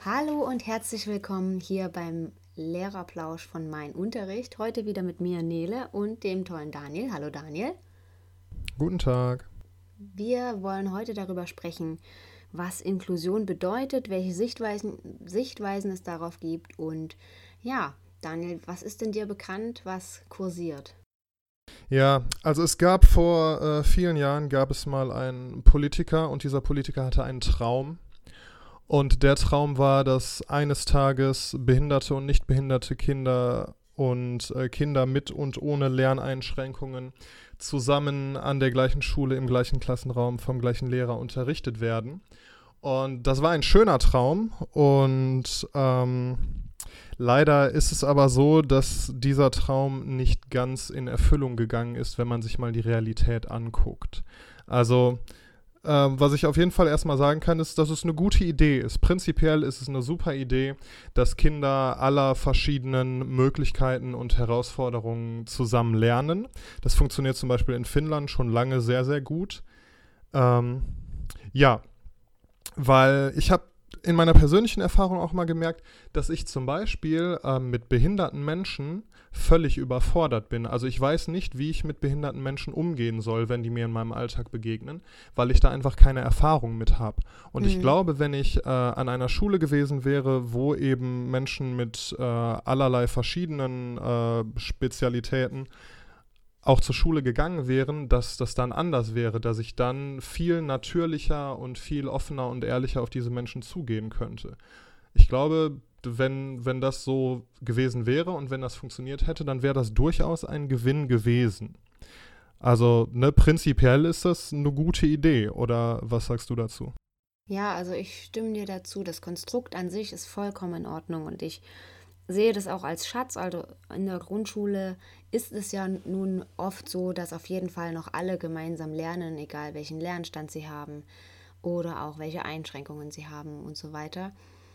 Hallo und herzlich willkommen hier beim Lehrerplausch von Mein Unterricht. Heute wieder mit mir, Nele, und dem tollen Daniel. Hallo Daniel. Guten Tag. Wir wollen heute darüber sprechen, was Inklusion bedeutet, welche Sichtweisen es darauf gibt. Und ja, Daniel, was ist denn dir bekannt, was kursiert? Ja, also es gab vor vielen Jahren gab es mal einen Politiker und dieser Politiker hatte einen Traum. Und der Traum war, dass eines Tages behinderte und nicht behinderte Kinder und Kinder mit und ohne Lerneinschränkungen zusammen an der gleichen Schule im gleichen Klassenraum vom gleichen Lehrer unterrichtet werden. Und das war ein schöner Traum und leider ist es aber so, dass dieser Traum nicht ganz in Erfüllung gegangen ist, wenn man sich mal die Realität anguckt. Also, was ich auf jeden Fall erstmal sagen kann, ist, dass es eine gute Idee ist. Prinzipiell ist es eine super Idee, dass Kinder aller verschiedenen Möglichkeiten und Herausforderungen zusammen lernen. Das funktioniert zum Beispiel in Finnland schon lange sehr, sehr gut. Ähm, ja, weil ich habe in meiner persönlichen Erfahrung auch mal gemerkt, dass ich zum Beispiel mit behinderten Menschen völlig überfordert bin. Also ich weiß nicht, wie ich mit behinderten Menschen umgehen soll, wenn die mir in meinem Alltag begegnen, weil ich da einfach keine Erfahrung mit habe. Und ich Hm. glaube, wenn ich an einer Schule gewesen wäre, wo eben Menschen mit allerlei verschiedenen Spezialitäten auch zur Schule gegangen wären, dass das dann anders wäre, dass ich dann viel natürlicher und viel offener und ehrlicher auf diese Menschen zugehen könnte. Ich glaube, wenn das so gewesen wäre und wenn das funktioniert hätte, dann wäre das durchaus ein Gewinn gewesen. Also, ne, prinzipiell ist das eine gute Idee, oder was sagst du dazu? Ja, also ich stimme dir dazu. Das Konstrukt an sich ist vollkommen in Ordnung und ich sehe das auch als Schatz. Also in der Grundschule ist es ja nun oft so, dass auf jeden Fall noch alle gemeinsam lernen, egal welchen Lernstand sie haben oder auch welche Einschränkungen sie haben und so weiter.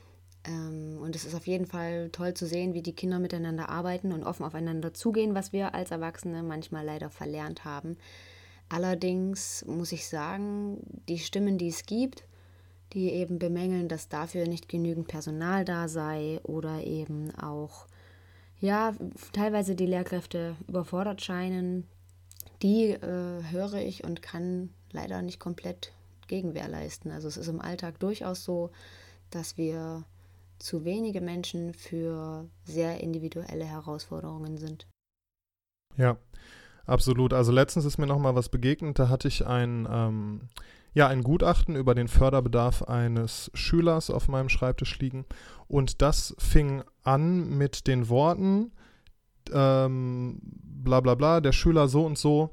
Und es ist auf jeden Fall toll zu sehen, wie die Kinder miteinander arbeiten und offen aufeinander zugehen, was wir als Erwachsene manchmal leider verlernt haben. Allerdings muss ich sagen, die Stimmen, die es gibt, die eben bemängeln, dass dafür nicht genügend Personal da sei oder eben auch, ja, teilweise die Lehrkräfte überfordert scheinen, die höre ich und kann leider nicht komplett Gegenwehr leisten. Also es ist im Alltag durchaus so, dass wir zu wenige Menschen für sehr individuelle Herausforderungen sind. Ja, absolut. Also letztens ist mir noch mal was begegnet. Da hatte ich ein Gutachten über den Förderbedarf eines Schülers auf meinem Schreibtisch liegen. Und das fing an mit den Worten, bla bla bla, der Schüler so und so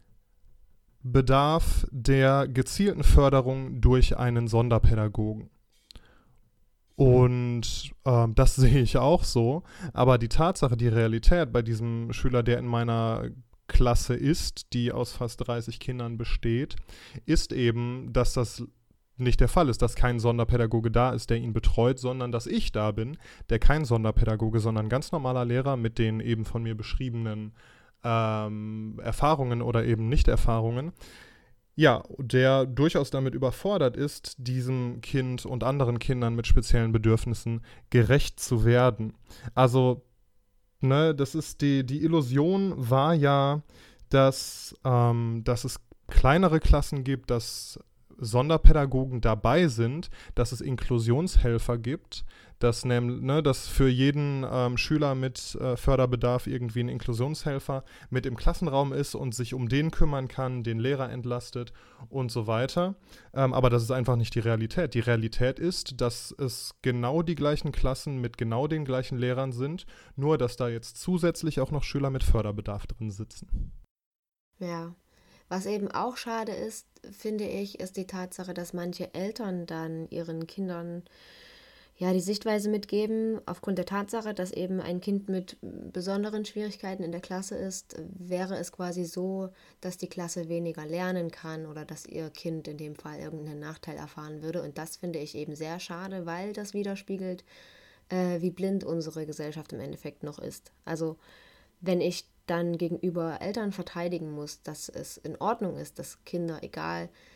bedarf der gezielten Förderung durch einen Sonderpädagogen. Und das sehe ich auch so. Aber die Tatsache, die Realität bei diesem Schüler, der in meiner Klasse ist, die aus fast 30 Kindern besteht, ist eben, dass das nicht der Fall ist, dass kein Sonderpädagoge da ist, der ihn betreut, sondern dass ich da bin, der kein Sonderpädagoge, sondern ein ganz normaler Lehrer mit den eben von mir beschriebenen Erfahrungen oder eben Nicht-Erfahrungen, ja, der durchaus damit überfordert ist, diesem Kind und anderen Kindern mit speziellen Bedürfnissen gerecht zu werden. Also, ne, das ist die Illusion war ja, dass es kleinere Klassen gibt, dass Sonderpädagogen dabei sind, dass es Inklusionshelfer gibt, dass für jeden Schüler mit Förderbedarf irgendwie ein Inklusionshelfer mit im Klassenraum ist und sich um den kümmern kann, den Lehrer entlastet und so weiter. Aber das ist einfach nicht die Realität. Die Realität ist, dass es genau die gleichen Klassen mit genau den gleichen Lehrern sind, nur dass da jetzt zusätzlich auch noch Schüler mit Förderbedarf drin sitzen. Ja. Was eben auch schade ist, finde ich, ist die Tatsache, dass manche Eltern dann ihren Kindern ja die Sichtweise mitgeben, aufgrund der Tatsache, dass eben ein Kind mit besonderen Schwierigkeiten in der Klasse ist, wäre es quasi so, dass die Klasse weniger lernen kann oder dass ihr Kind in dem Fall irgendeinen Nachteil erfahren würde. Und das finde ich eben sehr schade, weil das widerspiegelt, wie blind unsere Gesellschaft im Endeffekt noch ist. Also wenn ich dann gegenüber Eltern verteidigen muss, dass es in Ordnung ist, dass Kinder, egal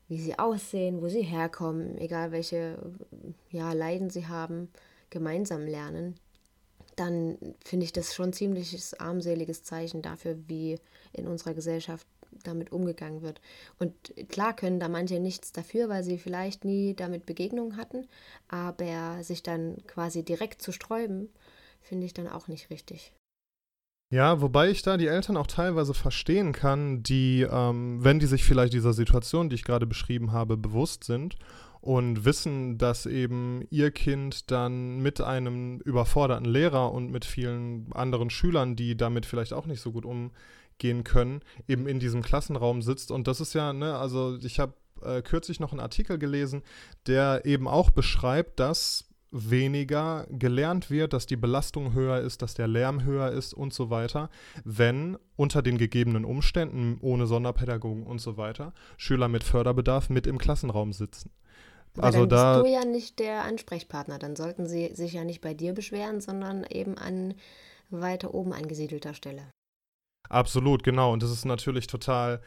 wie sie aussehen, wo sie herkommen, egal welche Leiden sie haben, gemeinsam lernen, dann finde ich das schon ein ziemliches armseliges Zeichen dafür, wie in unserer Gesellschaft damit umgegangen wird. Und klar können da manche nichts dafür, weil sie vielleicht nie damit Begegnung hatten, aber sich dann quasi direkt zu sträuben, finde ich dann auch nicht richtig. Ja, wobei ich da die Eltern auch teilweise verstehen kann, die, wenn die sich vielleicht dieser Situation, die ich gerade beschrieben habe, bewusst sind und wissen, dass eben ihr Kind dann mit einem überforderten Lehrer und mit vielen anderen Schülern, die damit vielleicht auch nicht so gut umgehen können, eben in diesem Klassenraum sitzt. Und das ist ja, ne, also ich habe kürzlich noch einen Artikel gelesen, der eben auch beschreibt, dass weniger gelernt wird, dass die Belastung höher ist, dass der Lärm höher ist und so weiter, wenn unter den gegebenen Umständen, ohne Sonderpädagogen und so weiter, Schüler mit Förderbedarf mit im Klassenraum sitzen. Aber dann bist du ja nicht der Ansprechpartner, dann sollten sie sich ja nicht bei dir beschweren, sondern eben an weiter oben angesiedelter Stelle. Absolut, genau. Und das ist natürlich total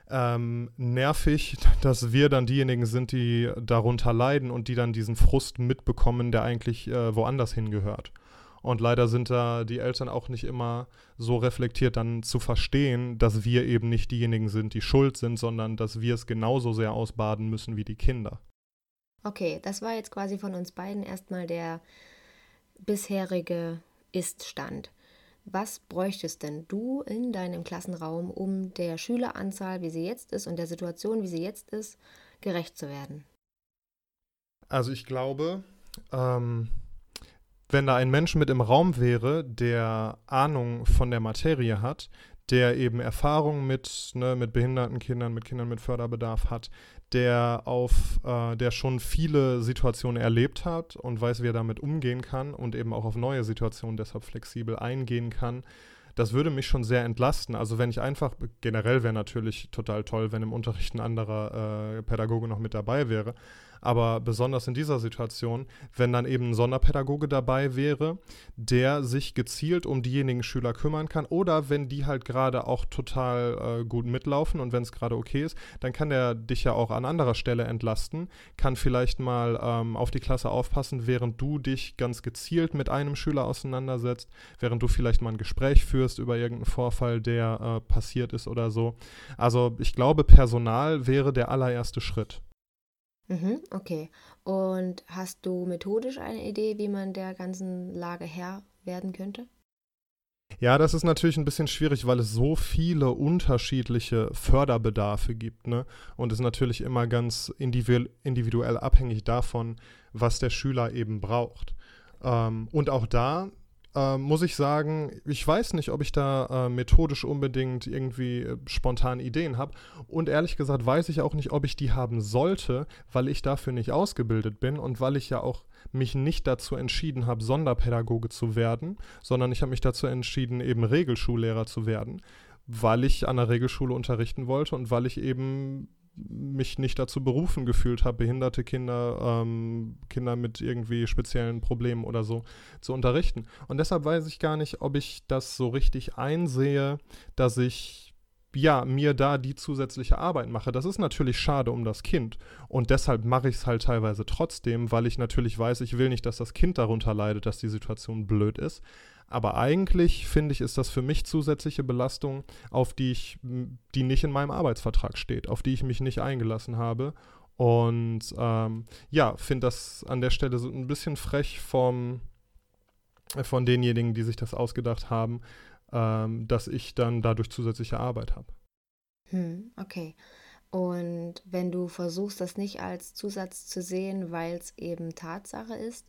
nervig, dass wir dann diejenigen sind, die darunter leiden und die dann diesen Frust mitbekommen, der eigentlich woanders hingehört. Und leider sind da die Eltern auch nicht immer so reflektiert, dann zu verstehen, dass wir eben nicht diejenigen sind, die schuld sind, sondern dass wir es genauso sehr ausbaden müssen wie die Kinder. Okay, das war jetzt quasi von uns beiden erstmal der bisherige Ist-Stand. Was bräuchtest denn du in deinem Klassenraum, um der Schüleranzahl, wie sie jetzt ist, und der Situation, wie sie jetzt ist, gerecht zu werden? Also ich glaube, wenn da ein Mensch mit im Raum wäre, der Ahnung von der Materie hat, der eben Erfahrung mit behinderten Kindern, mit Kindern mit Förderbedarf hat, der schon viele Situationen erlebt hat und weiß, wie er damit umgehen kann und eben auch auf neue Situationen deshalb flexibel eingehen kann. Das würde mich schon sehr entlasten. Also wenn ich einfach, generell wäre natürlich total toll, wenn im Unterricht ein anderer Pädagoge noch mit dabei wäre, aber besonders in dieser Situation, wenn dann eben ein Sonderpädagoge dabei wäre, der sich gezielt um diejenigen Schüler kümmern kann oder wenn die halt gerade auch total gut mitlaufen und wenn es gerade okay ist, dann kann der dich ja auch an anderer Stelle entlasten, kann vielleicht mal auf die Klasse aufpassen, während du dich ganz gezielt mit einem Schüler auseinandersetzt, während du vielleicht mal ein Gespräch führst über irgendeinen Vorfall, der passiert ist oder so. Also ich glaube, Personal wäre der allererste Schritt. Okay. Und hast du methodisch eine Idee, wie man der ganzen Lage Herr werden könnte? Ja, das ist natürlich ein bisschen schwierig, weil es so viele unterschiedliche Förderbedarfe gibt, ne? Und es ist natürlich immer ganz individuell abhängig davon, was der Schüler eben braucht. Und auch da muss ich sagen, ich weiß nicht, ob ich da methodisch unbedingt irgendwie spontan Ideen habe. Und ehrlich gesagt weiß ich auch nicht, ob ich die haben sollte, weil ich dafür nicht ausgebildet bin und weil ich ja auch mich nicht dazu entschieden habe, Sonderpädagoge zu werden, sondern ich habe mich dazu entschieden, eben Regelschullehrer zu werden, weil ich an der Regelschule unterrichten wollte und weil ich eben mich nicht dazu berufen gefühlt habe, behinderte Kinder, Kinder mit irgendwie speziellen Problemen oder so zu unterrichten. Und deshalb weiß ich gar nicht, ob ich das so richtig einsehe, dass ich mir da die zusätzliche Arbeit mache. Das ist natürlich schade um das Kind. Und deshalb mache ich es halt teilweise trotzdem, weil ich natürlich weiß, ich will nicht, dass das Kind darunter leidet, dass die Situation blöd ist. Aber eigentlich, finde ich, ist das für mich zusätzliche Belastung, die nicht in meinem Arbeitsvertrag steht, auf die ich mich nicht eingelassen habe. Und finde das an der Stelle so ein bisschen frech von denjenigen, die sich das ausgedacht haben, dass ich dann dadurch zusätzliche Arbeit habe. Okay. Und wenn du versuchst, das nicht als Zusatz zu sehen, weil es eben Tatsache ist,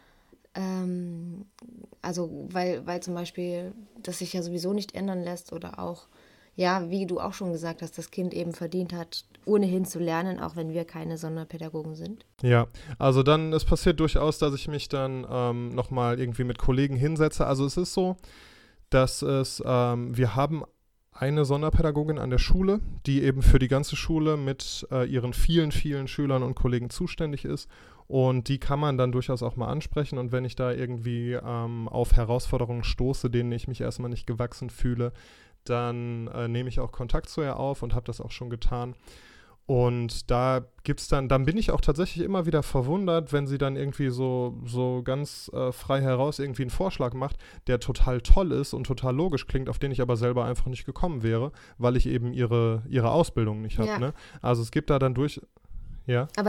also weil zum Beispiel das sich ja sowieso nicht ändern lässt oder auch, ja, wie du auch schon gesagt hast, das Kind eben verdient hat, ohnehin zu lernen, auch wenn wir keine Sonderpädagogen sind. Ja, also dann, es passiert durchaus, dass ich mich dann nochmal irgendwie mit Kollegen hinsetze. Also es ist so, dass wir haben eine Sonderpädagogin an der Schule, die eben für die ganze Schule mit ihren vielen, vielen Schülern und Kollegen zuständig ist. Und die kann man dann durchaus auch mal ansprechen. Und wenn ich da irgendwie auf Herausforderungen stoße, denen ich mich erstmal nicht gewachsen fühle, dann nehme ich auch Kontakt zu ihr auf und habe das auch schon getan. Und da gibt's dann bin ich auch tatsächlich immer wieder verwundert, wenn sie dann irgendwie so ganz frei heraus irgendwie einen Vorschlag macht, der total toll ist und total logisch klingt, auf den ich aber selber einfach nicht gekommen wäre, weil ich eben ihre Ausbildung nicht habe. Ja, Ne? Also es gibt da dann ja, aber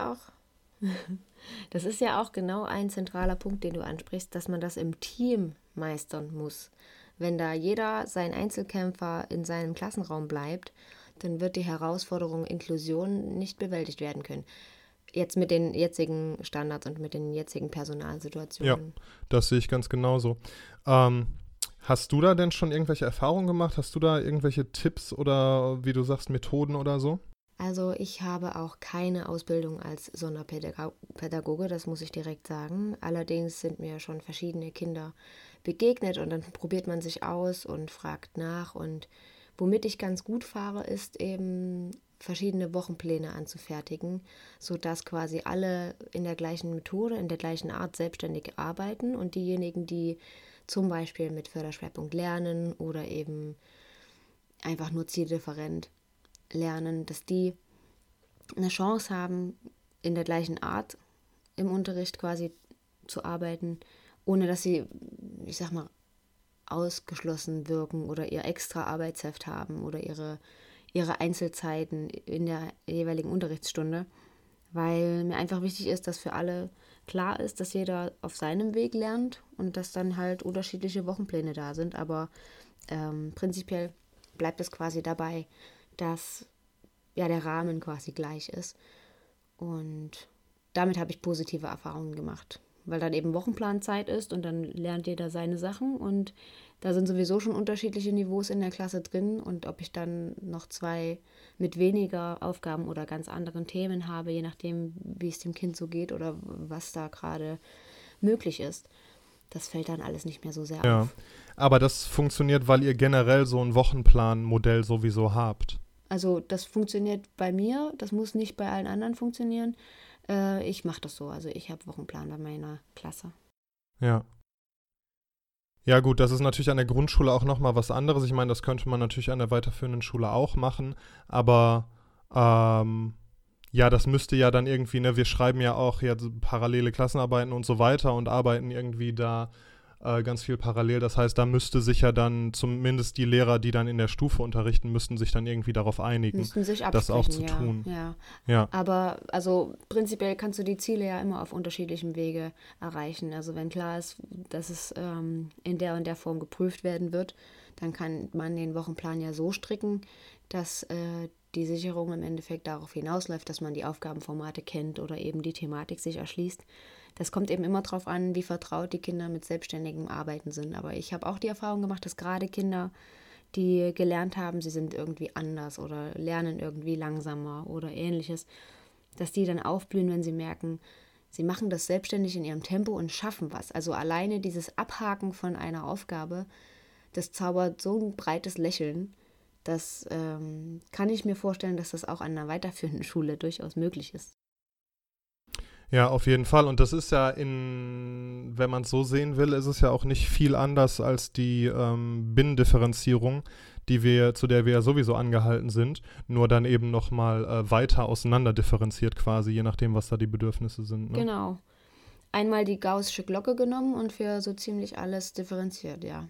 das ist ja auch genau ein zentraler Punkt, den du ansprichst, dass man das im Team meistern muss. Wenn da jeder sein Einzelkämpfer in seinem Klassenraum bleibt, dann wird die Herausforderung Inklusion nicht bewältigt werden können. Jetzt mit den jetzigen Standards und mit den jetzigen ja, Personalsituationen. das sehe ich ganz genauso. Ähm, Hast du da denn schon irgendwelche Erfahrungen gemacht? Hast du da irgendwelche Tipps oder wie du sagst, Methoden oder so? Also ich habe auch keine Ausbildung als Sonderpädagoge, das muss ich direkt sagen. Allerdings sind mir schon verschiedene Kinder begegnet und dann probiert man sich aus und fragt nach. Und womit ich ganz gut fahre, ist eben verschiedene Wochenpläne anzufertigen, sodass quasi alle in der gleichen Methode, in der gleichen Art selbstständig arbeiten und diejenigen, die zum Beispiel mit Förderschwerpunkt lernen oder eben einfach nur zieldifferent lernen, dass die eine Chance haben, in der gleichen Art im Unterricht quasi zu arbeiten, ohne dass sie, ich sag mal, ausgeschlossen wirken oder ihr extra Arbeitsheft haben oder ihre Einzelzeiten in der jeweiligen Unterrichtsstunde, weil mir einfach wichtig ist, dass für alle klar ist, dass jeder auf seinem Weg lernt und dass dann halt unterschiedliche Wochenpläne da sind, aber prinzipiell bleibt es quasi dabei, dass ja der Rahmen quasi gleich ist. Und damit habe ich positive Erfahrungen gemacht, weil dann eben Wochenplanzeit ist und dann lernt jeder seine Sachen und da sind sowieso schon unterschiedliche Niveaus in der Klasse drin und ob ich dann noch zwei mit weniger Aufgaben oder ganz anderen Themen habe, je nachdem, wie es dem Kind so geht oder was da gerade möglich ist, das fällt dann alles nicht mehr so sehr Ja, auf. aber das funktioniert, weil ihr generell so ein Wochenplan-Modell sowieso habt. Also das funktioniert bei mir, das muss nicht bei allen anderen funktionieren. Ich mache das so, also ich habe Wochenplan bei meiner Klasse. Ja. Ja gut, das ist natürlich an der Grundschule auch nochmal was anderes. Ich meine, das könnte man natürlich an der weiterführenden Schule auch machen, aber ähm, ja, das müsste ja dann irgendwie, ne, wir schreiben ja auch jetzt parallele Klassenarbeiten und so weiter und arbeiten irgendwie da ganz viel parallel. Das heißt, da müsste sich ja dann zumindest die Lehrer, die dann in der Stufe unterrichten, müssten sich dann irgendwie darauf einigen, Müssten sich das auch absprechen, zu ja, tun. ja. Ja, Aber also prinzipiell kannst du die Ziele ja immer auf unterschiedlichem Wege erreichen. Also wenn klar ist, dass es in der und der Form geprüft werden wird, dann kann man den Wochenplan ja so stricken, dass die Sicherung im Endeffekt darauf hinausläuft, dass man die Aufgabenformate kennt oder eben die Thematik sich erschließt. Das kommt eben immer darauf an, wie vertraut die Kinder mit selbstständigem Arbeiten sind. Aber ich habe auch die Erfahrung gemacht, dass gerade Kinder, die gelernt haben, sie sind irgendwie anders oder lernen irgendwie langsamer oder ähnliches, dass die dann aufblühen, wenn sie merken, sie machen das selbstständig in ihrem Tempo und schaffen was. Also alleine dieses Abhaken von einer Aufgabe, das zaubert so ein breites Lächeln, das kann ich mir vorstellen, dass das auch an einer weiterführenden Schule durchaus möglich ist. ja, auf jeden Fall. Und das ist ja wenn man es so sehen will, ist es ja auch nicht viel anders als die Binnendifferenzierung, zu der wir ja sowieso angehalten sind, nur dann eben nochmal weiter auseinander differenziert quasi, je nachdem, was da die Bedürfnisse sind. Ne? Genau. Einmal die gaußsche Glocke genommen und für so ziemlich alles differenziert, ja.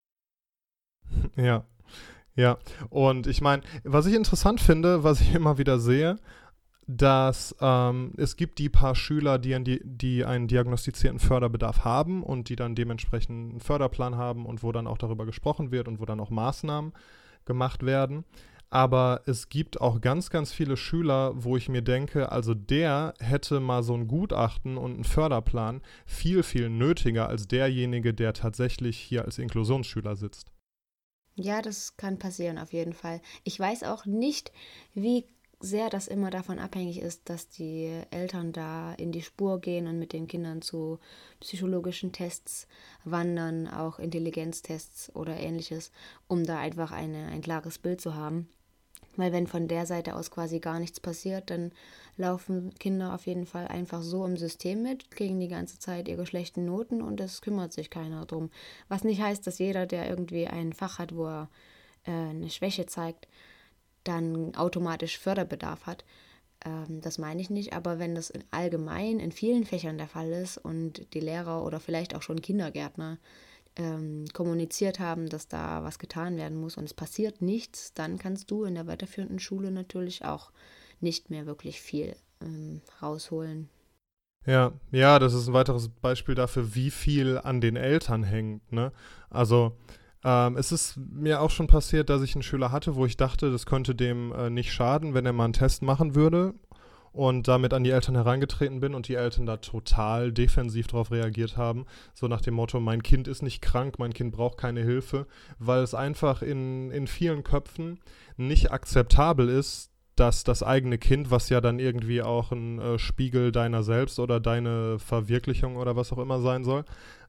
Ja, ja. Und ich meine, was ich interessant finde, was ich immer wieder sehe, dass es gibt die paar Schüler, die einen diagnostizierten Förderbedarf haben und die dann dementsprechend einen Förderplan haben und wo dann auch darüber gesprochen wird und wo dann auch Maßnahmen gemacht werden. Aber es gibt auch ganz, ganz viele Schüler, wo ich mir denke, also der hätte mal so ein Gutachten und einen Förderplan viel, viel nötiger als derjenige, der tatsächlich hier als Inklusionsschüler sitzt. Ja, das kann passieren auf jeden Fall. Ich weiß auch nicht, wie sehr das immer davon abhängig ist, dass die Eltern da in die Spur gehen und mit den Kindern zu psychologischen Tests wandern, auch Intelligenztests oder ähnliches, um da einfach ein klares Bild zu haben. Weil wenn von der Seite aus quasi gar nichts passiert, dann laufen Kinder auf jeden Fall einfach so im System mit, kriegen die ganze Zeit ihre schlechten Noten und es kümmert sich keiner drum. Was nicht heißt, dass jeder, der irgendwie ein Fach hat, wo er eine Schwäche zeigt, dann automatisch Förderbedarf hat. Das meine ich nicht, aber wenn das allgemein in vielen Fächern der Fall ist und die Lehrer oder vielleicht auch schon Kindergärtner kommuniziert haben, dass da was getan werden muss und es passiert nichts, dann kannst du in der weiterführenden Schule natürlich auch nicht mehr wirklich viel rausholen. Ja, das ist ein weiteres Beispiel dafür, wie viel an den Eltern hängt, ne? Also, es ist mir auch schon passiert, dass ich einen Schüler hatte, wo ich dachte, das könnte dem nicht schaden, wenn er mal einen Test machen würde und damit an die Eltern herangetreten bin und die Eltern da total defensiv drauf reagiert haben, so nach dem Motto, mein Kind ist nicht krank, mein Kind braucht keine Hilfe, weil es einfach in vielen Köpfen nicht akzeptabel ist, dass das eigene Kind, was ja dann irgendwie auch ein Spiegel deiner selbst oder deine Verwirklichung oder was auch immer sein soll,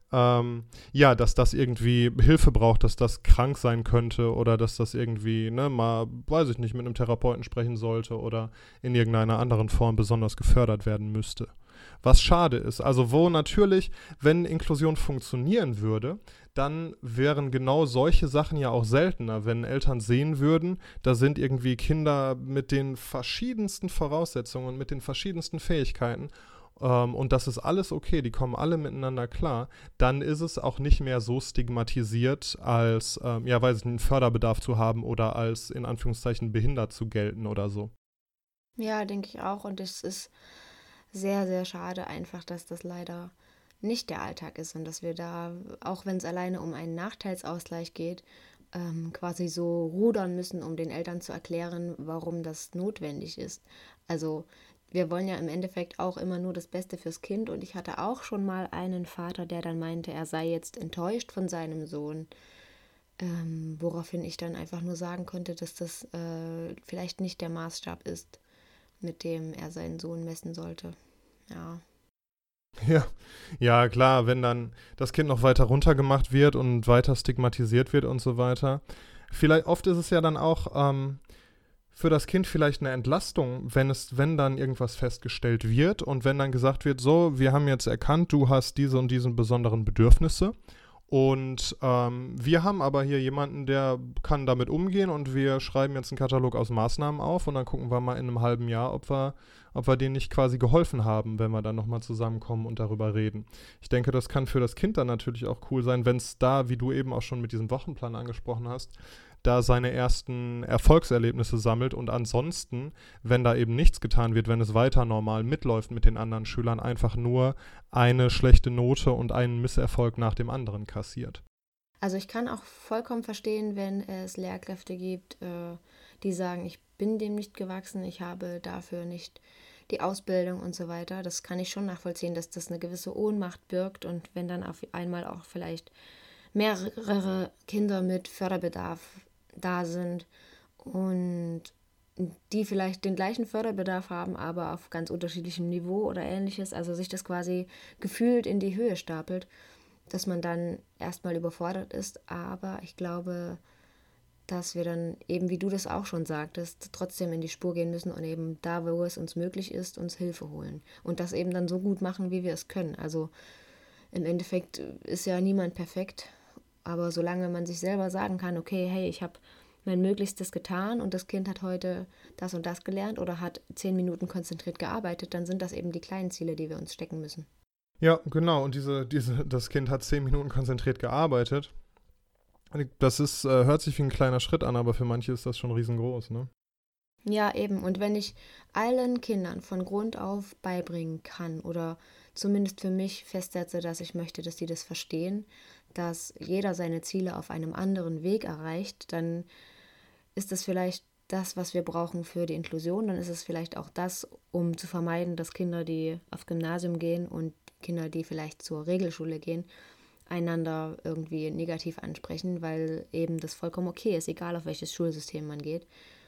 dass das irgendwie Hilfe braucht, dass das krank sein könnte oder dass das irgendwie, ne, mal, weiß ich nicht, mit einem Therapeuten sprechen sollte oder in irgendeiner anderen Form besonders gefördert werden müsste. Was schade ist. Also wo natürlich, wenn Inklusion funktionieren würde, dann wären genau solche Sachen ja auch seltener, wenn Eltern sehen würden, da sind irgendwie Kinder mit den verschiedensten Voraussetzungen und mit den verschiedensten Fähigkeiten und das ist alles okay, die kommen alle miteinander klar, dann ist es auch nicht mehr so stigmatisiert, als, weiß ich, einen Förderbedarf zu haben oder als in Anführungszeichen behindert zu gelten oder so. Ja, denke ich auch. Und es ist sehr, sehr schade einfach, dass das leider nicht der Alltag ist und dass wir da, auch wenn es alleine um einen Nachteilsausgleich geht, quasi so rudern müssen, um den Eltern zu erklären, warum das notwendig ist. Also wir wollen ja im Endeffekt auch immer nur das Beste fürs Kind und ich hatte auch schon mal einen Vater, der dann meinte, er sei jetzt enttäuscht von seinem Sohn, woraufhin ich dann einfach nur sagen konnte, dass das vielleicht nicht der Maßstab ist, mit dem er seinen Sohn messen sollte. Ja. Ja, klar, wenn dann das Kind noch weiter runtergemacht wird und weiter stigmatisiert wird und so weiter. Vielleicht, oft ist es ja dann auch für das Kind vielleicht eine Entlastung, wenn dann irgendwas festgestellt wird und wenn dann gesagt wird, so, wir haben jetzt erkannt, du hast diese und diesen besonderen Bedürfnisse und wir haben aber hier jemanden, der kann damit umgehen und wir schreiben jetzt einen Katalog aus Maßnahmen auf und dann gucken wir mal in einem halben Jahr, ob wir denen nicht quasi geholfen haben, wenn wir dann nochmal zusammenkommen und darüber reden. Ich denke, das kann für das Kind dann natürlich auch cool sein, wenn es da, wie du eben auch schon mit diesem Wochenplan angesprochen hast, da seine ersten Erfolgserlebnisse sammelt und ansonsten, wenn da eben nichts getan wird, wenn es weiter normal mitläuft mit den anderen Schülern, einfach nur eine schlechte Note und einen Misserfolg nach dem anderen kassiert. Also ich kann auch vollkommen verstehen, wenn es Lehrkräfte gibt, die sagen, ich bin dem nicht gewachsen, ich habe dafür nicht die Ausbildung und so weiter. Das kann ich schon nachvollziehen, dass das eine gewisse Ohnmacht birgt und wenn dann auf einmal auch vielleicht mehrere Kinder mit Förderbedarf da sind und die vielleicht den gleichen Förderbedarf haben, aber auf ganz unterschiedlichem Niveau oder ähnliches, also sich das quasi gefühlt in die Höhe stapelt, dass man dann erstmal überfordert ist, aber ich glaube, dass wir dann eben, wie du das auch schon sagtest, trotzdem in die Spur gehen müssen und eben da, wo es uns möglich ist, uns Hilfe holen und das eben dann so gut machen, wie wir es können. Also im Endeffekt ist ja niemand perfekt, aber solange man sich selber sagen kann, okay, hey, ich habe mein Möglichstes getan und das Kind hat heute das und das gelernt oder hat 10 Minuten konzentriert gearbeitet, dann sind das eben die kleinen Ziele, die wir uns stecken müssen. Ja, genau. Und das Kind hat 10 Minuten konzentriert gearbeitet. Das ist, hört sich wie ein kleiner Schritt an, aber für manche ist das schon riesengroß, ne? Ja, eben. Und wenn ich allen Kindern von Grund auf beibringen kann oder zumindest für mich festsetze, dass ich möchte, dass sie das verstehen, dass jeder seine Ziele auf einem anderen Weg erreicht, dann ist das vielleicht das, was wir brauchen für die Inklusion. Dann ist es vielleicht auch das, um zu vermeiden, dass Kinder, die auf Gymnasium gehen und Kinder, die vielleicht zur Regelschule gehen, einander irgendwie negativ ansprechen, weil eben das vollkommen okay ist, egal auf welches Schulsystem man geht,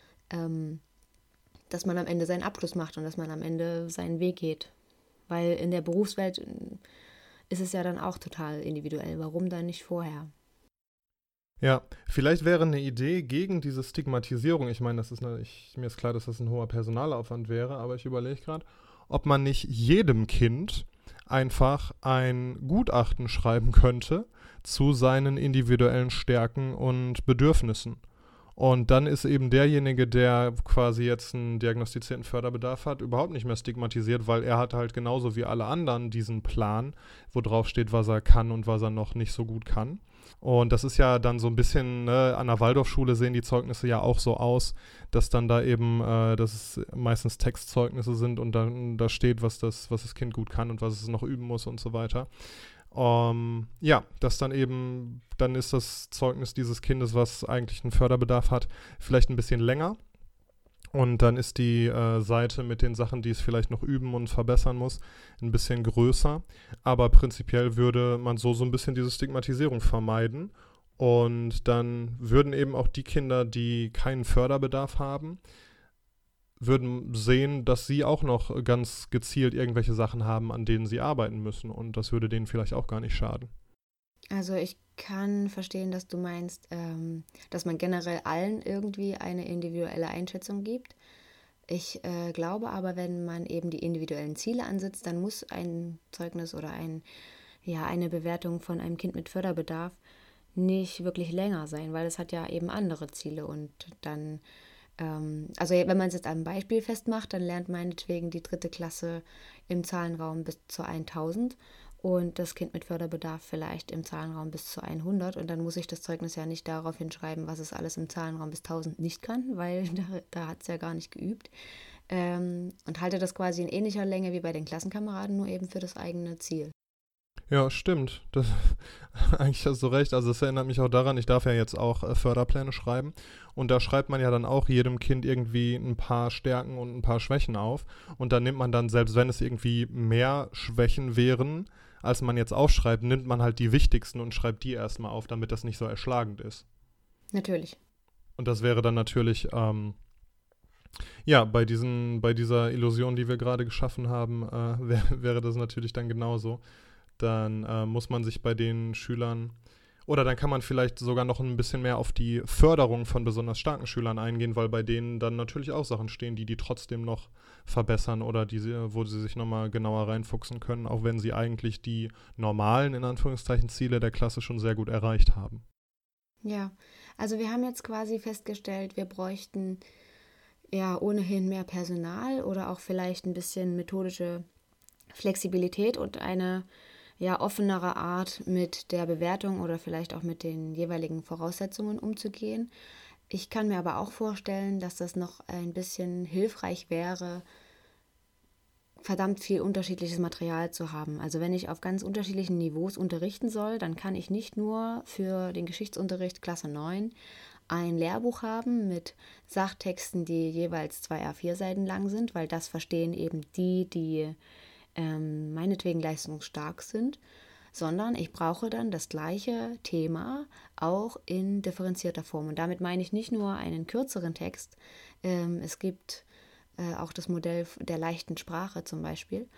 dass man am Ende seinen Abschluss macht und dass man am Ende seinen Weg geht. Weil in der Berufswelt ist es ja dann auch total individuell. Warum dann nicht vorher? Ja, vielleicht wäre eine Idee gegen diese Stigmatisierung, ich meine, mir ist klar, dass das ein hoher Personalaufwand wäre, aber ich überlege gerade, ob man nicht jedem Kind einfach ein Gutachten schreiben könnte zu seinen individuellen Stärken und Bedürfnissen. Und dann ist eben derjenige, der quasi jetzt einen diagnostizierten Förderbedarf hat, überhaupt nicht mehr stigmatisiert, weil er hat halt genauso wie alle anderen diesen Plan, wo drauf steht, was er kann und was er noch nicht so gut kann. Und das ist ja dann so ein bisschen, ne, an der Waldorfschule sehen die Zeugnisse ja auch so aus, dass dann da eben, dass es meistens Textzeugnisse sind und dann da steht, was das Kind gut kann und was es noch üben muss und so weiter. Ja, dass dann ist das Zeugnis dieses Kindes, was eigentlich einen Förderbedarf hat, vielleicht ein bisschen länger. Und dann ist die Seite mit den Sachen, die es vielleicht noch üben und verbessern muss, ein bisschen größer. Aber prinzipiell würde man so ein bisschen diese Stigmatisierung vermeiden. Und dann würden eben auch die Kinder, die keinen Förderbedarf haben, würden sehen, dass sie auch noch ganz gezielt irgendwelche Sachen haben, an denen sie arbeiten müssen. Und das würde denen vielleicht auch gar nicht schaden. Also ich kann verstehen, dass du meinst, dass man generell allen irgendwie eine individuelle Einschätzung gibt. Ich glaube aber, wenn man eben die individuellen Ziele ansetzt, dann muss ein Zeugnis oder eine Bewertung von einem Kind mit Förderbedarf nicht wirklich länger sein, weil es hat ja eben andere Ziele und dann, also wenn man es jetzt am Beispiel festmacht, dann lernt meinetwegen die 3. Klasse im Zahlenraum bis zu 1000 und das Kind mit Förderbedarf vielleicht im Zahlenraum bis zu 100 und dann muss ich das Zeugnis ja nicht darauf hinschreiben, was es alles im Zahlenraum bis 1000 nicht kann, weil da hat es ja gar nicht geübt. Und halte das quasi in ähnlicher Länge wie bei den Klassenkameraden, nur eben für das eigene Ziel. Ja, stimmt. Eigentlich hast du recht. Also es erinnert mich auch daran, ich darf ja jetzt auch Förderpläne schreiben. Und da schreibt man ja dann auch jedem Kind irgendwie ein paar Stärken und ein paar Schwächen auf. Und dann nimmt man dann, selbst wenn es irgendwie mehr Schwächen wären, als man jetzt aufschreibt, nimmt man halt die wichtigsten und schreibt die erstmal auf, damit das nicht so erschlagend ist. Natürlich. Und das wäre dann natürlich, ja, bei dieser Illusion, die wir gerade geschaffen haben, wäre das natürlich dann genauso. Dann muss man sich bei den Schülern, oder dann kann man vielleicht sogar noch ein bisschen mehr auf die Förderung von besonders starken Schülern eingehen, weil bei denen dann natürlich auch Sachen stehen, die trotzdem noch verbessern oder wo sie sich nochmal genauer reinfuchsen können, auch wenn sie eigentlich die normalen, in Anführungszeichen, Ziele der Klasse schon sehr gut erreicht haben. Ja, also wir haben jetzt quasi festgestellt, wir bräuchten ja ohnehin mehr Personal oder auch vielleicht ein bisschen methodische Flexibilität und eine offenere Art mit der Bewertung oder vielleicht auch mit den jeweiligen Voraussetzungen umzugehen. Ich kann mir aber auch vorstellen, dass das noch ein bisschen hilfreich wäre, verdammt viel unterschiedliches Material zu haben. Also wenn ich auf ganz unterschiedlichen Niveaus unterrichten soll, dann kann ich nicht nur für den Geschichtsunterricht Klasse 9 ein Lehrbuch haben mit Sachtexten, die jeweils 2 A4-Seiten lang sind, weil das verstehen eben die meinetwegen leistungsstark sind, sondern ich brauche dann das gleiche Thema auch in differenzierter Form. Und damit meine ich nicht nur einen kürzeren Text. Es gibt auch das Modell der leichten Sprache zum Beispiel,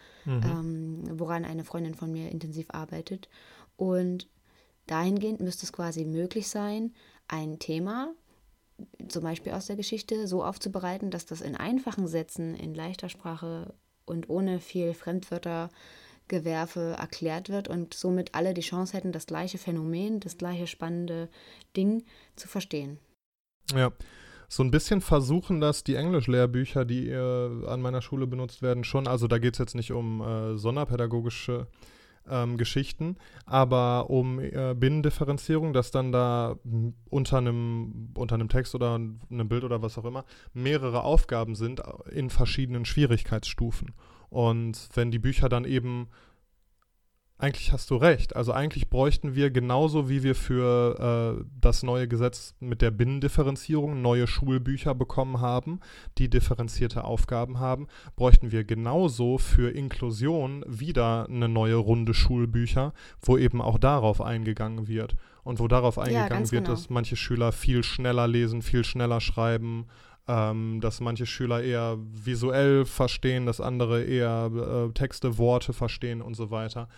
woran eine Freundin von mir intensiv arbeitet. Und dahingehend müsste es quasi möglich sein, ein Thema, zum Beispiel aus der Geschichte, so aufzubereiten, dass das in einfachen Sätzen, in leichter Sprache und ohne viel Fremdwörtergewerfe erklärt wird und somit alle die Chance hätten, das gleiche Phänomen, das gleiche spannende Ding zu verstehen. Ja, so ein bisschen versuchen das die Englischlehrbücher, die an meiner Schule benutzt werden, schon. Also da geht es jetzt nicht um sonderpädagogische Geschichten, aber um Binnendifferenzierung, dass dann da unter einem Text oder einem Bild oder was auch immer mehrere Aufgaben sind in verschiedenen Schwierigkeitsstufen. Und wenn die Bücher dann eben, eigentlich hast du recht, also eigentlich bräuchten wir genauso wie wir für das neue Gesetz mit der Binnendifferenzierung neue Schulbücher bekommen haben, die differenzierte Aufgaben haben, bräuchten wir genauso für Inklusion wieder eine neue Runde Schulbücher, wo eben auch darauf eingegangen wird. Und wo darauf eingegangen wird, dass manche Schüler viel schneller lesen, viel schneller schreiben, dass manche Schüler eher visuell verstehen, dass andere eher Texte, Worte verstehen und so weiter.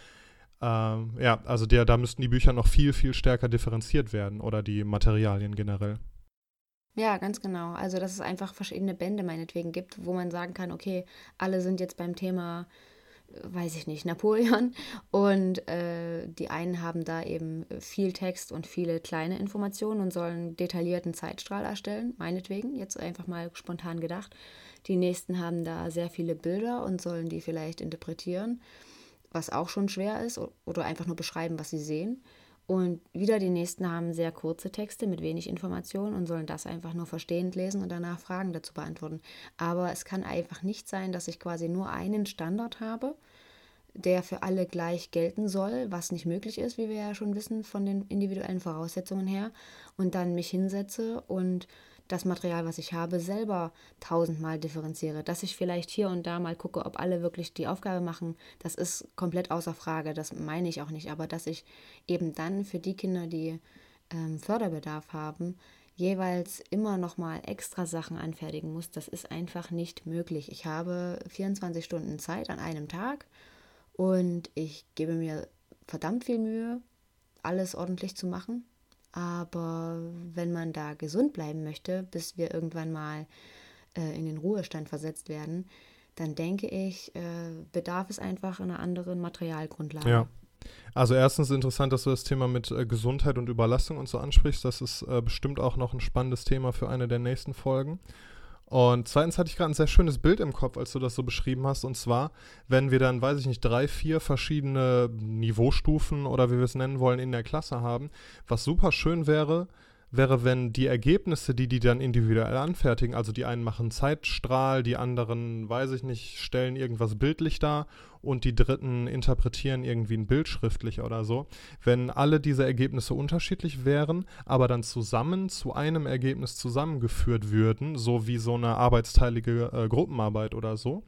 Ja, also da müssten die Bücher noch viel, viel stärker differenziert werden oder die Materialien generell. Ja, ganz genau. Also, dass es einfach verschiedene Bände meinetwegen gibt, wo man sagen kann, okay, alle sind jetzt beim Thema weiß ich nicht, Napoleon. Und die einen haben da eben viel Text und viele kleine Informationen und sollen detaillierten Zeitstrahl erstellen, meinetwegen, jetzt einfach mal spontan gedacht. Die nächsten haben da sehr viele Bilder und sollen die vielleicht interpretieren, was auch schon schwer ist, oder einfach nur beschreiben, was sie sehen. Und wieder die nächsten haben sehr kurze Texte mit wenig Informationen und sollen das einfach nur verstehend lesen und danach Fragen dazu beantworten. Aber es kann einfach nicht sein, dass ich quasi nur einen Standard habe, der für alle gleich gelten soll, was nicht möglich ist, wie wir ja schon wissen, von den individuellen Voraussetzungen her, und dann mich hinsetze und das Material, was ich habe, selber tausendmal differenziere. Dass ich vielleicht hier und da mal gucke, ob alle wirklich die Aufgabe machen, das ist komplett außer Frage, das meine ich auch nicht. Aber dass ich eben dann für die Kinder, die Förderbedarf haben, jeweils immer noch mal extra Sachen anfertigen muss, das ist einfach nicht möglich. Ich habe 24 Stunden Zeit an einem Tag und ich gebe mir verdammt viel Mühe, alles ordentlich zu machen. Aber wenn man da gesund bleiben möchte, bis wir irgendwann mal in den Ruhestand versetzt werden, dann denke ich, bedarf es einfach einer anderen Materialgrundlage. Ja. Also erstens interessant, dass du das Thema mit Gesundheit und Überlastung und so ansprichst. Das ist bestimmt auch noch ein spannendes Thema für eine der nächsten Folgen. Und zweitens hatte ich gerade ein sehr schönes Bild im Kopf, als du das so beschrieben hast. Und zwar, wenn wir dann, weiß ich nicht, 3, 4 verschiedene Niveaustufen oder wie wir es nennen wollen, in der Klasse haben. Was super schön wäre, wenn die Ergebnisse, die dann individuell anfertigen, also die einen machen Zeitstrahl, die anderen, weiß ich nicht, stellen irgendwas bildlich dar und die dritten interpretieren irgendwie ein Bild schriftlich oder so. Wenn alle diese Ergebnisse unterschiedlich wären, aber dann zusammen zu einem Ergebnis zusammengeführt würden, so wie so eine arbeitsteilige Gruppenarbeit oder so,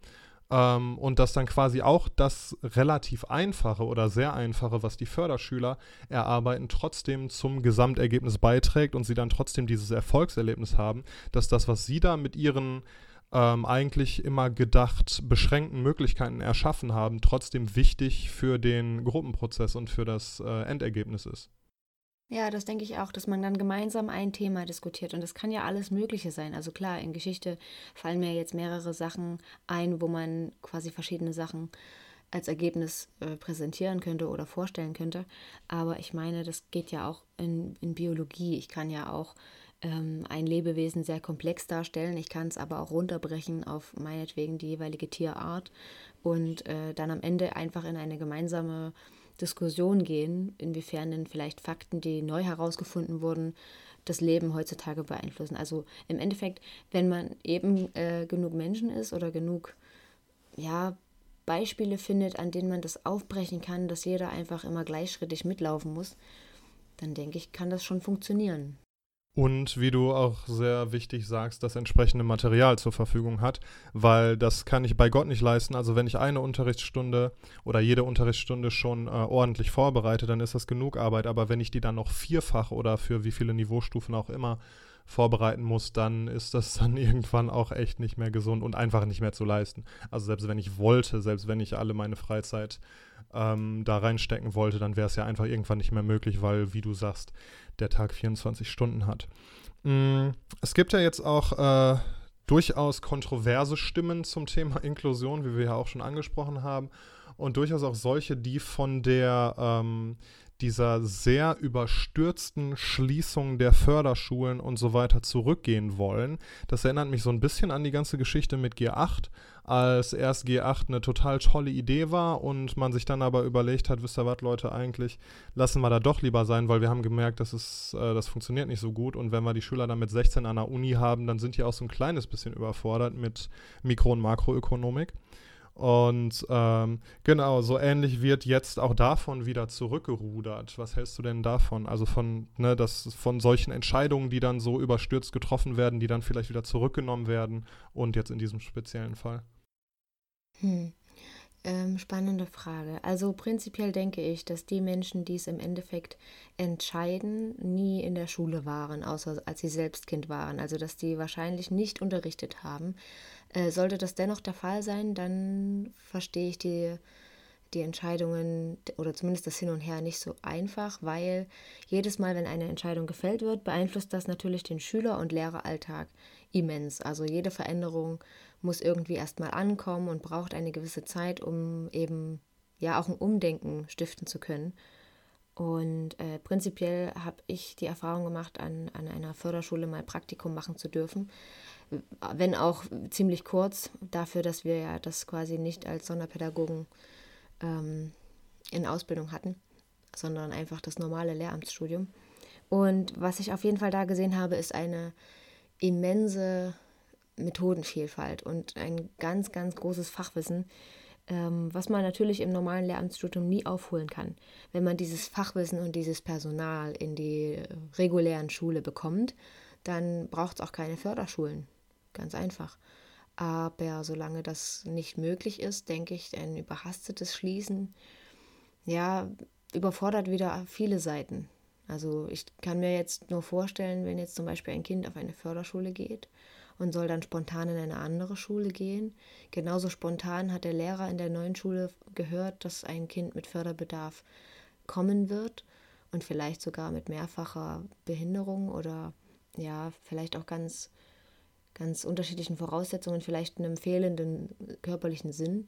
und dass dann quasi auch das relativ Einfache oder sehr Einfache, was die Förderschüler erarbeiten, trotzdem zum Gesamtergebnis beiträgt und sie dann trotzdem dieses Erfolgserlebnis haben, dass das, was sie da mit ihren eigentlich immer gedacht beschränkten Möglichkeiten erschaffen haben, trotzdem wichtig für den Gruppenprozess und für das Endergebnis ist. Ja, das denke ich auch, dass man dann gemeinsam ein Thema diskutiert. Und das kann ja alles Mögliche sein. Also klar, in Geschichte fallen mir jetzt mehrere Sachen ein, wo man quasi verschiedene Sachen als Ergebnis präsentieren könnte oder vorstellen könnte. Aber ich meine, das geht ja auch in Biologie. Ich kann ja auch ein Lebewesen sehr komplex darstellen. Ich kann es aber auch runterbrechen auf meinetwegen die jeweilige Tierart und dann am Ende einfach in eine gemeinsame Diskussion gehen, inwiefern denn vielleicht Fakten, die neu herausgefunden wurden, das Leben heutzutage beeinflussen. Also im Endeffekt, wenn man eben genug Menschen ist oder genug ja, Beispiele findet, an denen man das aufbrechen kann, dass jeder einfach immer gleichschrittig mitlaufen muss, dann denke ich, kann das schon funktionieren. Und wie du auch sehr wichtig sagst, das entsprechende Material zur Verfügung hat, weil das kann ich bei Gott nicht leisten. Also wenn ich eine Unterrichtsstunde oder jede Unterrichtsstunde schon ordentlich vorbereite, dann ist das genug Arbeit. Aber wenn ich die dann noch vierfach oder für wie viele Niveaustufen auch immer vorbereiten muss, dann ist das dann irgendwann auch echt nicht mehr gesund und einfach nicht mehr zu leisten. Also selbst wenn ich wollte, selbst wenn ich alle meine Freizeit da reinstecken wollte, dann wäre es ja einfach irgendwann nicht mehr möglich, weil, wie du sagst, der Tag 24 Stunden hat. Es gibt ja jetzt auch durchaus kontroverse Stimmen zum Thema Inklusion, wie wir ja auch schon angesprochen haben, und durchaus auch solche, die von dieser sehr überstürzten Schließung der Förderschulen und so weiter zurückgehen wollen. Das erinnert mich so ein bisschen an die ganze Geschichte mit G8, als erst G8 eine total tolle Idee war und man sich dann aber überlegt hat, wisst ihr was, Leute, eigentlich lassen wir da doch lieber sein, weil wir haben gemerkt, das funktioniert nicht so gut, und wenn wir die Schüler dann mit 16 an der Uni haben, dann sind die auch so ein kleines bisschen überfordert mit Mikro- und Makroökonomik. Und genau, so ähnlich wird jetzt auch davon wieder zurückgerudert. Was hältst du denn davon? Also von solchen Entscheidungen, die dann so überstürzt getroffen werden, die dann vielleicht wieder zurückgenommen werden, und jetzt in diesem speziellen Fall? Spannende Frage. Also prinzipiell denke ich, dass die Menschen, die es im Endeffekt entscheiden, nie in der Schule waren, außer als sie selbst Kind waren. Also dass die wahrscheinlich nicht unterrichtet haben. Sollte das dennoch der Fall sein, dann verstehe ich die Entscheidungen oder zumindest das Hin und Her nicht so einfach, weil jedes Mal, wenn eine Entscheidung gefällt wird, beeinflusst das natürlich den Schüler- und Lehreralltag immens. Also jede Veränderung muss irgendwie erstmal ankommen und braucht eine gewisse Zeit, um eben ja auch ein Umdenken stiften zu können. Und prinzipiell habe ich die Erfahrung gemacht, an einer Förderschule mal Praktikum machen zu dürfen, wenn auch ziemlich kurz, dafür, dass wir ja das quasi nicht als Sonderpädagogen in Ausbildung hatten, sondern einfach das normale Lehramtsstudium. Und was ich auf jeden Fall da gesehen habe, ist eine immense Methodenvielfalt und ein ganz, ganz großes Fachwissen, was man natürlich im normalen Lehramtsstudium nie aufholen kann. Wenn man dieses Fachwissen und dieses Personal in die regulären Schule bekommt, dann braucht es auch keine Förderschulen. Ganz einfach. Aber solange das nicht möglich ist, denke ich, ein überhastetes Schließen, ja, überfordert wieder viele Seiten. Also ich kann mir jetzt nur vorstellen, wenn jetzt zum Beispiel ein Kind auf eine Förderschule geht und soll dann spontan in eine andere Schule gehen. Genauso spontan hat der Lehrer in der neuen Schule gehört, dass ein Kind mit Förderbedarf kommen wird und vielleicht sogar mit mehrfacher Behinderung oder ja, vielleicht auch ganz, ganz unterschiedlichen Voraussetzungen, vielleicht einem fehlenden körperlichen Sinn.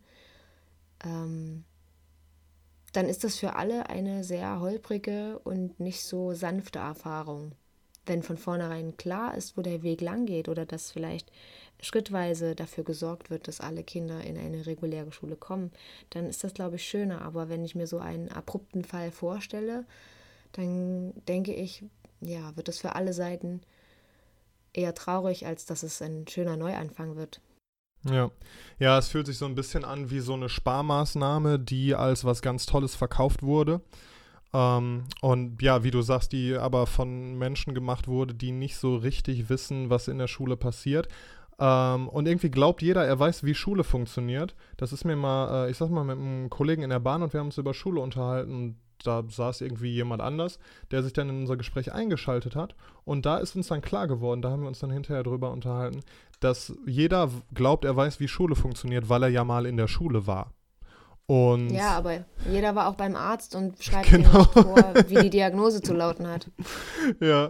Dann ist das für alle eine sehr holprige und nicht so sanfte Erfahrung. Wenn von vornherein klar ist, wo der Weg lang geht oder dass vielleicht schrittweise dafür gesorgt wird, dass alle Kinder in eine reguläre Schule kommen, dann ist das, glaube ich, schöner. Aber wenn ich mir so einen abrupten Fall vorstelle, dann denke ich, ja, wird das für alle Seiten eher traurig, als dass es ein schöner Neuanfang wird. Ja. Ja, es fühlt sich so ein bisschen an wie so eine Sparmaßnahme, die als was ganz Tolles verkauft wurde. Und ja, wie du sagst, die aber von Menschen gemacht wurde, die nicht so richtig wissen, was in der Schule passiert. Und irgendwie glaubt jeder, er weiß, wie Schule funktioniert. Das ist mir mal, ich sag mal, mit einem Kollegen in der Bahn und wir haben uns über Schule unterhalten und da saß irgendwie jemand anders, der sich dann in unser Gespräch eingeschaltet hat. Und da ist uns dann klar geworden, da haben wir uns dann hinterher drüber unterhalten, dass jeder glaubt, er weiß, wie Schule funktioniert, weil er ja mal in der Schule war. Und ja, aber jeder war auch beim Arzt und schreibt genau. ihm vor, wie die Diagnose zu lauten hat. Ja,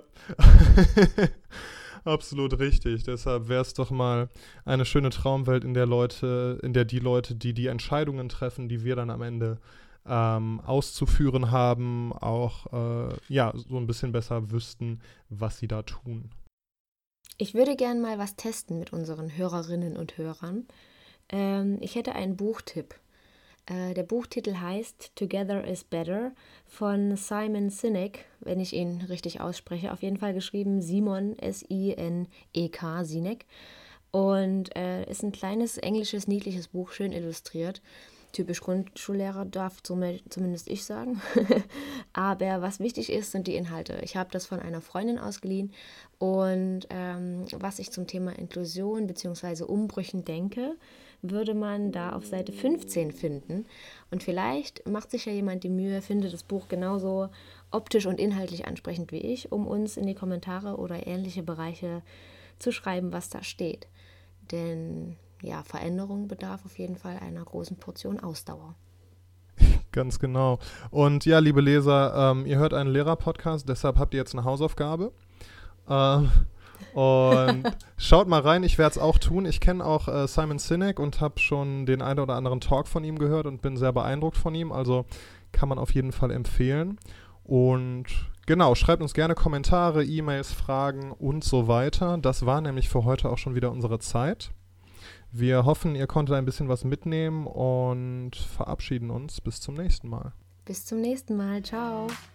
absolut richtig. Deshalb wäre es doch mal eine schöne Traumwelt, in der die Leute, die die Entscheidungen treffen, die wir dann am Ende auszuführen haben, auch so ein bisschen besser wüssten, was sie da tun. Ich würde gern mal was testen mit unseren Hörerinnen und Hörern. Ich hätte einen Buchtipp. Der Buchtitel heißt Together is Better von Simon Sinek, wenn ich ihn richtig ausspreche. Auf jeden Fall geschrieben Simon, S-I-N-E-K, Sinek. Und ist ein kleines, englisches, niedliches Buch, schön illustriert. Typisch Grundschullehrer, darf zumindest ich sagen. Aber was wichtig ist, sind die Inhalte. Ich habe das von einer Freundin ausgeliehen und was ich zum Thema Inklusion bzw. Umbrüchen denke, würde man da auf Seite 15 finden. Und vielleicht macht sich ja jemand die Mühe, findet das Buch genauso optisch und inhaltlich ansprechend wie ich, um uns in die Kommentare oder ähnliche Bereiche zu schreiben, was da steht. Denn ja, Veränderung bedarf auf jeden Fall einer großen Portion Ausdauer. Ganz genau. Und ja, liebe Leser, ihr hört einen Lehrer-Podcast, deshalb habt ihr jetzt eine Hausaufgabe. Und schaut mal rein, ich werde es auch tun. Ich kenne auch Simon Sinek und habe schon den einen oder anderen Talk von ihm gehört und bin sehr beeindruckt von ihm. Also kann man auf jeden Fall empfehlen. Und genau, schreibt uns gerne Kommentare, E-Mails, Fragen und so weiter. Das war nämlich für heute auch schon wieder unsere Zeit. Wir hoffen, ihr konntet ein bisschen was mitnehmen und verabschieden uns. Bis zum nächsten Mal. Bis zum nächsten Mal. Ciao.